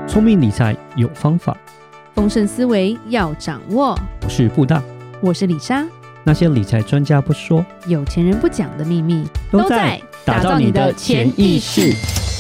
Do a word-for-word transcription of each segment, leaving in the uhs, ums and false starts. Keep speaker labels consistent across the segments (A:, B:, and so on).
A: 聪明理财有方法，
B: 丰盛思维要掌握。
A: 我是布大，
B: 我是李莎。
A: 那些理财专家不说，
B: 有钱人不讲的秘密，
A: 都在打造你的潜意识。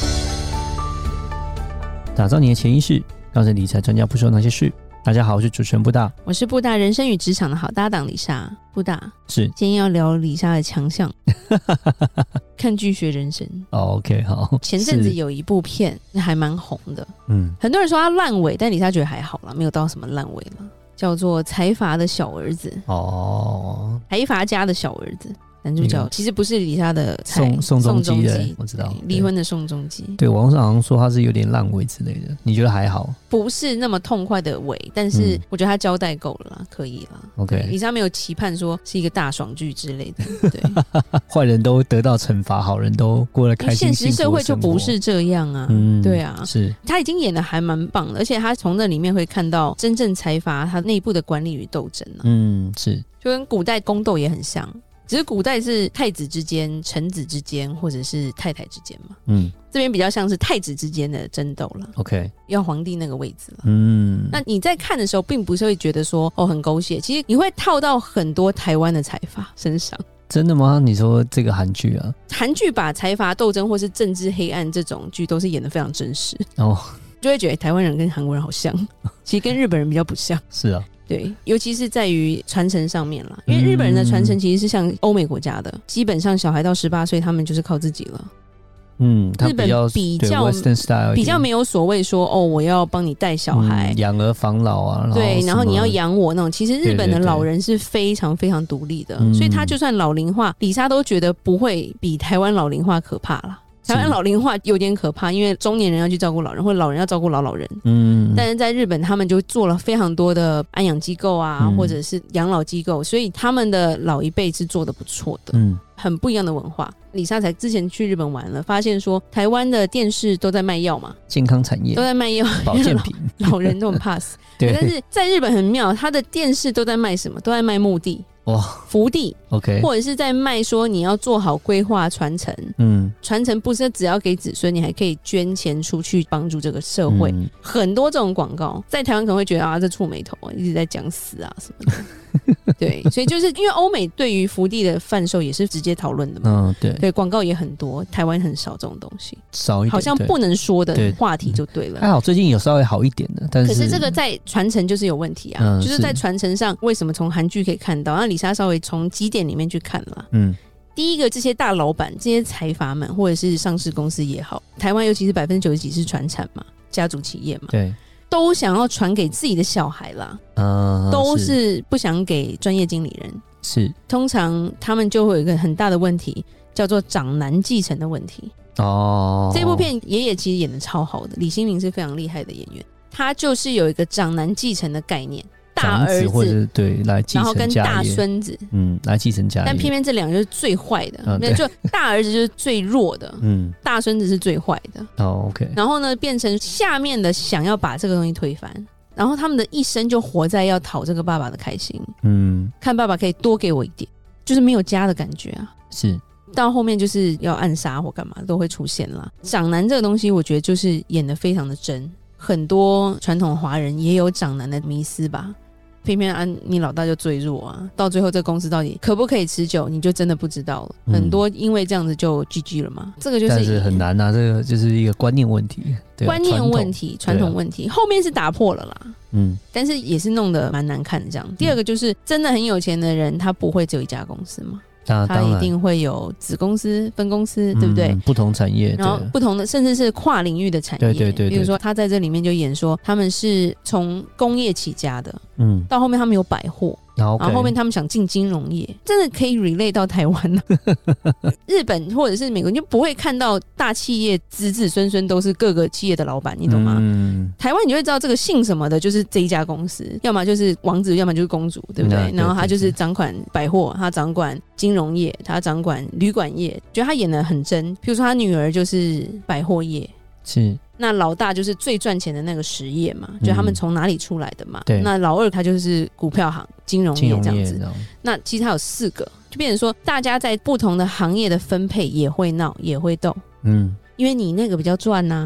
A: 打造你的潜意识，告诉理财专家不说那些事。大家好，我是主持人布大，
B: 我是布大人生与职场的好搭档李莎。布大
A: 是
B: 今天要聊李莎的强项，看剧学人生。
A: 哦 OK 好。
B: 前阵子有一部片还蛮红的，
A: 嗯，
B: 很多人说它烂尾，但李莎觉得还好啦，没有到什么烂尾了。叫做财阀的小儿子，
A: 哦，
B: 财阀家的小儿子。男主角其实不是李莎的
A: 宋宋仲基的，我知道
B: 离婚的宋仲基。
A: 对，网上好像说他是有点烂尾之类的，你觉得还好？
B: 不是那么痛快的尾，但是我觉得他交代够了啦，可以啦。
A: OK，
B: 李莎没有期盼说是一个大爽剧之类的。对，
A: 坏人都得到惩罚，好人都过得开心幸福的生活。
B: 现实社会就不是这样啊。嗯，对啊，
A: 是
B: 他已经演得还蛮棒的，而且他从那里面会看到真正财阀他内部的管理与斗争啊。
A: 嗯，是
B: 就跟古代宫斗也很像。只是古代是太子之间、臣子之间，或者是太太之间嘛。嗯，这边比较像是太子之间的争斗了。
A: OK，
B: 要皇帝那个位置了。
A: 嗯，
B: 那你在看的时候，并不是会觉得说哦很狗血，其实你会套到很多台湾的财阀身上。
A: 真的吗？你说这个韩剧啊？
B: 韩剧把财阀斗争或是政治黑暗这种剧都是演得非常真实哦，就会觉得台湾人跟韩国人好像，其实跟日本人比较不像。
A: 是啊。
B: 对，尤其是在于传承上面啦，因为日本人的传承其实是像欧美国家的，嗯、基本上小孩到十八岁，他们就是靠自己了。
A: 嗯，
B: 日本比较
A: Western style
B: 比较没有所谓说哦，我要帮你带小孩、
A: 养、嗯、儿防老啊，
B: 对，然后你要养我那种。其实日本的老人是非常非常独立的，对对对，所以他就算老龄化，李莎都觉得不会比台湾老龄化可怕啦。台湾老龄化有点可怕，因为中年人要去照顾老人，或者老人要照顾老老人。嗯，但是在日本，他们就做了非常多的安养机构啊，嗯、或者是养老机构，所以他们的老一辈是做得不错的。嗯，很不一样的文化。李莎才之前去日本玩了，发现说台湾的电视都在卖药嘛，
A: 健康产业
B: 都在卖药，
A: 保健品，
B: 老, 老人都很怕死。对，但是在日本很妙，他的电视都在卖什么？都在卖墓地。哇，福地
A: ，OK，
B: 或者是在卖说你要做好规划传承，嗯，传承不是只要给子孙，你还可以捐钱出去帮助这个社会，嗯、很多这种广告，在台湾可能会觉得啊，这触霉头啊，一直在讲死啊什么的。对，所以就是因为欧美对于福地的贩售也是直接讨论的嘛，嗯，对，对，广告也很多，台湾很少这种东西，
A: 少一点，
B: 好像不能说的话题就对了。
A: 还好最近有稍微好一点的，但是
B: 可是这个在传承就是有问题啊，嗯、就是在传承上，为什么从韩剧可以看到？那李莎稍微从几点里面去看了，嗯。第一个，这些大老板、这些财阀们，或者是上市公司也好，台湾尤其是百分之九十几是传产嘛，家族企业嘛，
A: 对，
B: 都想要传给自己的小孩啦，嗯，都是不想给专业经理人，
A: 是，
B: 通常他们就会有一个很大的问题，叫做长男继承的问题。哦，这部片爷爷其实演得超好的，李新民是非常厉害的演员，他就是有一个长男继承的概念。大儿子
A: 或者对来继承家业，然后跟
B: 大孙子，
A: 嗯，来继承家业，但
B: 偏偏这两个就是最坏的，嗯、就大儿子就是最弱的，嗯，大孙子是最坏的。
A: 哦 ，OK。
B: 然后呢，变成下面的想要把这个东西推翻，然后他们的一生就活在要讨这个爸爸的开心，嗯，看爸爸可以多给我一点，就是没有家的感觉啊。
A: 是，
B: 到后面就是要暗杀或干嘛都会出现啦。长男这个东西，我觉得就是演得非常的真，很多传统华人也有长男的迷思吧。偏偏啊，你老大就最弱啊，到最后这公司到底可不可以持久，你就真的不知道了。嗯、很多因为这样子就 G G 了嘛，这个就是
A: 但是很难啊，这个就是一个观念问题，对
B: 观念问题、传统问题，后面是打破了啦。嗯，但是也是弄得蛮难看的这样。第二个就是真的很有钱的人，他不会只有一家公司嘛。它一定会有子公司、分公司，对不对？
A: 嗯、不同产业，
B: 然后不同的，甚至是跨领域的产业。
A: 对对 对, 对，
B: 比如说他在这里面就演说，他们是从工业起家的，嗯，到后面他们有百货。然后后面他们想进金融业，真的可以 relate 到台湾呢、啊。日本或者是美国，你就不会看到大企业子子孙孙都是各个企业的老板，你懂吗？嗯、台湾你就会知道这个姓什么的，就是这一家公司，要么就是王子，要么就是公主，对不对？嗯、然后他就是掌管百货，他掌管金融业，他掌管旅馆业，觉得他演得很真。比如说他女儿就是百货业，
A: 是。
B: 那老大就是最赚钱的那个实业嘛，就他们从哪里出来的嘛。嗯、那老二他就是股票行、金融业这样子。那其实他有四个，就变成说大家在不同的行业的分配也会闹，也会斗。嗯，因为你那个比较赚啊，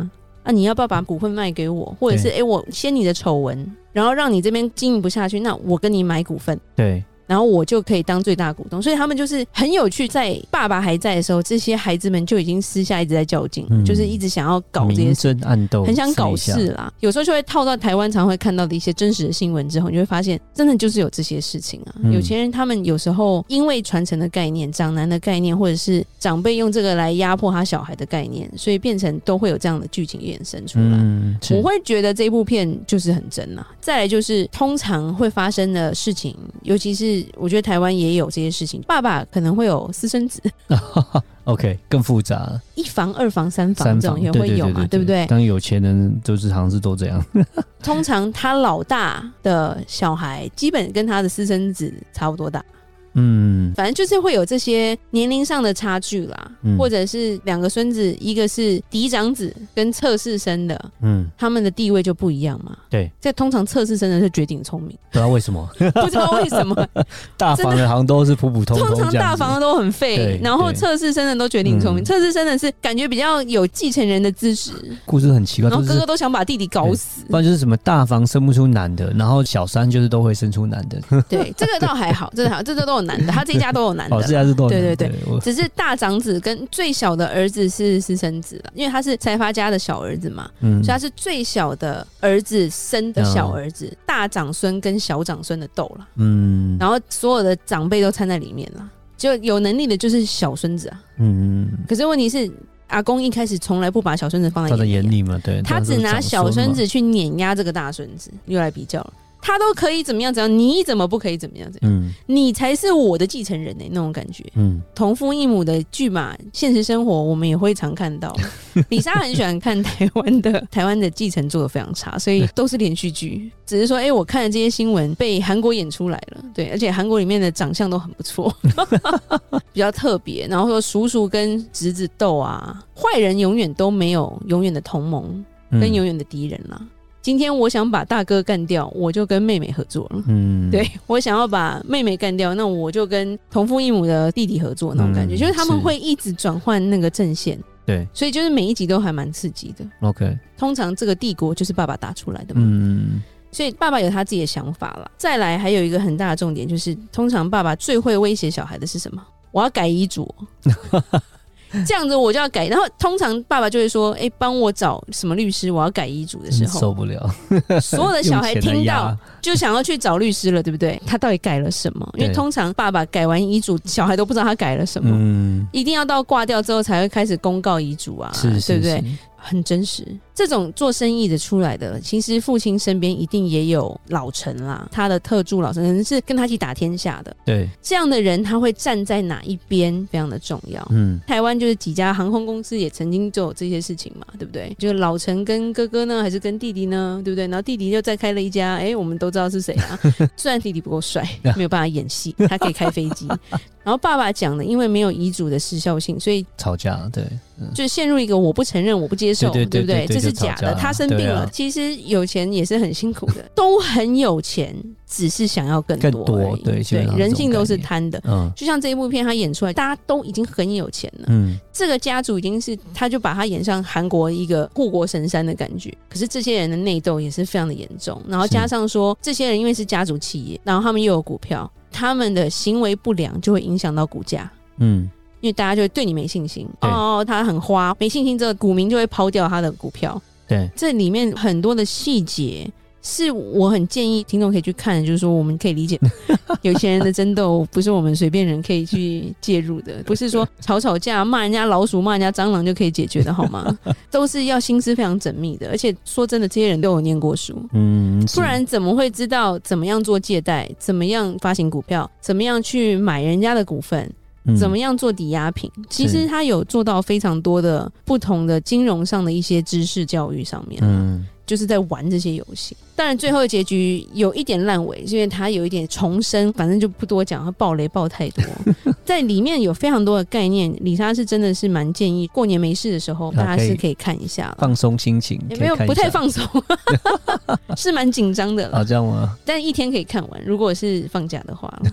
B: 啊，你要不要把股份卖给我，或者是哎、欸，我掀你的丑闻，然后让你这边经营不下去，那我跟你买股份，
A: 对，
B: 然后我就可以当最大股东。所以他们就是很有趣，在爸爸还在的时候，这些孩子们就已经私下一直在较劲、嗯、就是一直想要搞这些事，
A: 明争暗斗，
B: 很想搞事啦。有时候就会套到台湾常会看到的一些真实的新闻之后，你就会发现真的就是有这些事情啊、嗯、有钱人他们有时候因为传承的概念、长男的概念，或者是长辈用这个来压迫他小孩的概念，所以变成都会有这样的剧情衍生出来、嗯、我会觉得这部片就是很真啊。再来就是通常会发生的事情，尤其是我觉得台湾也有这些事情，爸爸可能会有私生子
A: OK 更复杂，
B: 一房二房三房这种也会有嘛， 对, 对, 对, 对, 对, 对不对？
A: 当有钱人就是好像是都这样
B: 通常他老大的小孩基本跟他的私生子差不多大，嗯，反正就是会有这些年龄上的差距啦、嗯、或者是两个孙子，一个是嫡长子跟侧室生的，嗯，他们的地位就不一样嘛。
A: 对，
B: 这通常侧室生的是绝顶聪明，
A: 不知道为什么
B: 不知道为什么
A: 大房的好像都是普普通通，
B: 通常大房的都很废，然后侧室生的都绝顶聪明，侧室生的是感觉比较有继承人的资质，
A: 故事很奇怪，
B: 然后哥哥都想把弟弟搞死，
A: 不然就是什么大房生不出男的，然后小三就是都会生出男的
B: 对，这个倒还好，这个好，这个都有男的，他这一家都有男的，
A: 哦，这家是都有男的，
B: 对对对，只是大长子跟最小的儿子是私生子了，因为他是财阀家的小儿子嘛、嗯、所以他是最小的儿子生的小儿子、嗯、大长孙跟小长孙的斗了，嗯，然后所有的长辈都掺在里面了，就有能力的就是小孙子啊，嗯，可是问题是阿公一开始从来不把小孙子放在眼里、啊、
A: 眼里嘛，对，
B: 他只拿小孙子去碾压这个大孙子，又来比较了，他都可以怎么样怎样，你怎么不可以怎么样怎样、嗯、你才是我的继承人、欸、那种感觉、嗯、同父异母的剧嘛，现实生活我们也会常看到李莎很喜欢看台湾的台湾的继承做得非常差，所以都是连续剧，只是说哎、欸，我看的这些新闻被韩国演出来了，对，而且韩国里面的长相都很不错比较特别，然后说叔叔跟侄子斗啊，坏人永远都没有永远的同盟跟永远的敌人啦、嗯，今天我想把大哥干掉，我就跟妹妹合作了。嗯，对，我想要把妹妹干掉，那我就跟同父异母的弟弟合作，那种感觉、嗯、就是他们会一直转换那个阵线。
A: 对，
B: 所以就是每一集都还蛮刺激的。
A: OK，
B: 通常这个帝国就是爸爸打出来的嘛。嗯，所以爸爸有他自己的想法啦。再来还有一个很大的重点就是，通常爸爸最会威胁小孩的是什么？我要改遗嘱。这样子我就要改，然后通常爸爸就会说：“哎、欸，帮我找什么律师，我要改遗嘱的时候，
A: 受不了。”
B: 所有的小孩听到就想要去找律师了，对不对？他到底改了什么？因为通常爸爸改完遗嘱，小孩都不知道他改了什么，嗯，一定要到挂掉之后才会开始公告遗嘱啊，
A: 是是是，
B: 对不对？很真实，这种做生意的出来的，其实父亲身边一定也有老臣啦，他的特助老臣可能是跟他一起打天下的，
A: 对，
B: 这样的人他会站在哪一边非常的重要。嗯，台湾就是几家航空公司也曾经就有这些事情嘛，对不对？就是老臣跟哥哥呢，还是跟弟弟呢，对不对？然后弟弟又再开了一家，哎，我们都知道是谁啊。虽然弟弟不够帅，没有办法演戏，他可以开飞机。然后爸爸讲的，因为没有遗嘱的时效性，所以
A: 吵架，对，
B: 嗯、就陷入一个我不承认，我不接受，对, 对, 对, 对, 对, 对, 对，这是假的。他生病了、啊，其实有钱也是很辛苦的，都很有钱，只是想要更多而已，
A: 更多，对，
B: 对，人性都是贪的。嗯，就像这一部片他演出来，大家都已经很有钱了，嗯，这个家族已经是，他就把他演上韩国一个护国神山的感觉。可是这些人的内斗也是非常的严重，然后加上说，这些人因为是家族企业，然后他们又有股票。他们的行为不良就会影响到股价，嗯，因为大家就会对你没信心，哦，他很花，没信心之后，股民就会抛掉他的股票。
A: 对，
B: 这里面很多的细节是我很建议听众可以去看的，就是说我们可以理解有钱人的争斗不是我们随便人可以去介入的，不是说吵吵架骂人家老鼠骂人家蟑螂就可以解决的好吗？都是要心思非常缜密的，而且说真的这些人都有念过书，嗯，不然怎么会知道怎么样做借贷，怎么样发行股票，怎么样去买人家的股份，怎么样做抵押品、嗯、其实他有做到非常多的不同的金融上的一些知识教育上面、嗯、就是在玩这些游戏。当然最后的结局有一点烂尾，因为他有一点重生，反正就不多讲，他爆雷爆太多在里面有非常多的概念，李莎是真的是蛮建议过年没事的时候大家是可以看一下，
A: 放松心情，
B: 也没有不太放松是蛮紧张的啦、
A: 啊、这样吗？
B: 但一天可以看完，如果是放假的话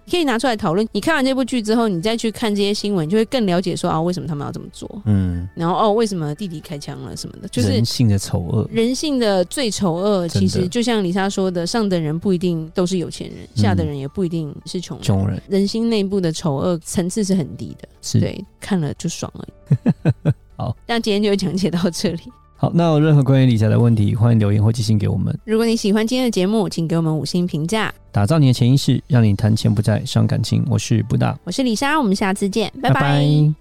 B: 可以拿出来讨论。你看完这部剧之后，你再去看这些新闻，就会更了解说啊，为什么他们要这么做？嗯，然后哦，为什么弟弟开枪了什么的，就是
A: 人性的丑恶，
B: 人性的最丑恶。其实就像李莎说的，上等人不一定都是有钱人，嗯、下等人也不一定是穷人。穷人人心内部的丑恶层次是很低的，是对，看了就爽而已。好，那今天就讲解到这里。
A: 好，那有任何关于理财的问题，欢迎留言或寄信给我们。
B: 如果你喜欢今天的节目，请给我们五星评价。
A: 打造你的潜意识，让你谈钱不再伤感情。我是布大，
B: 我是李莎，我们下次见，拜拜。
A: 拜拜。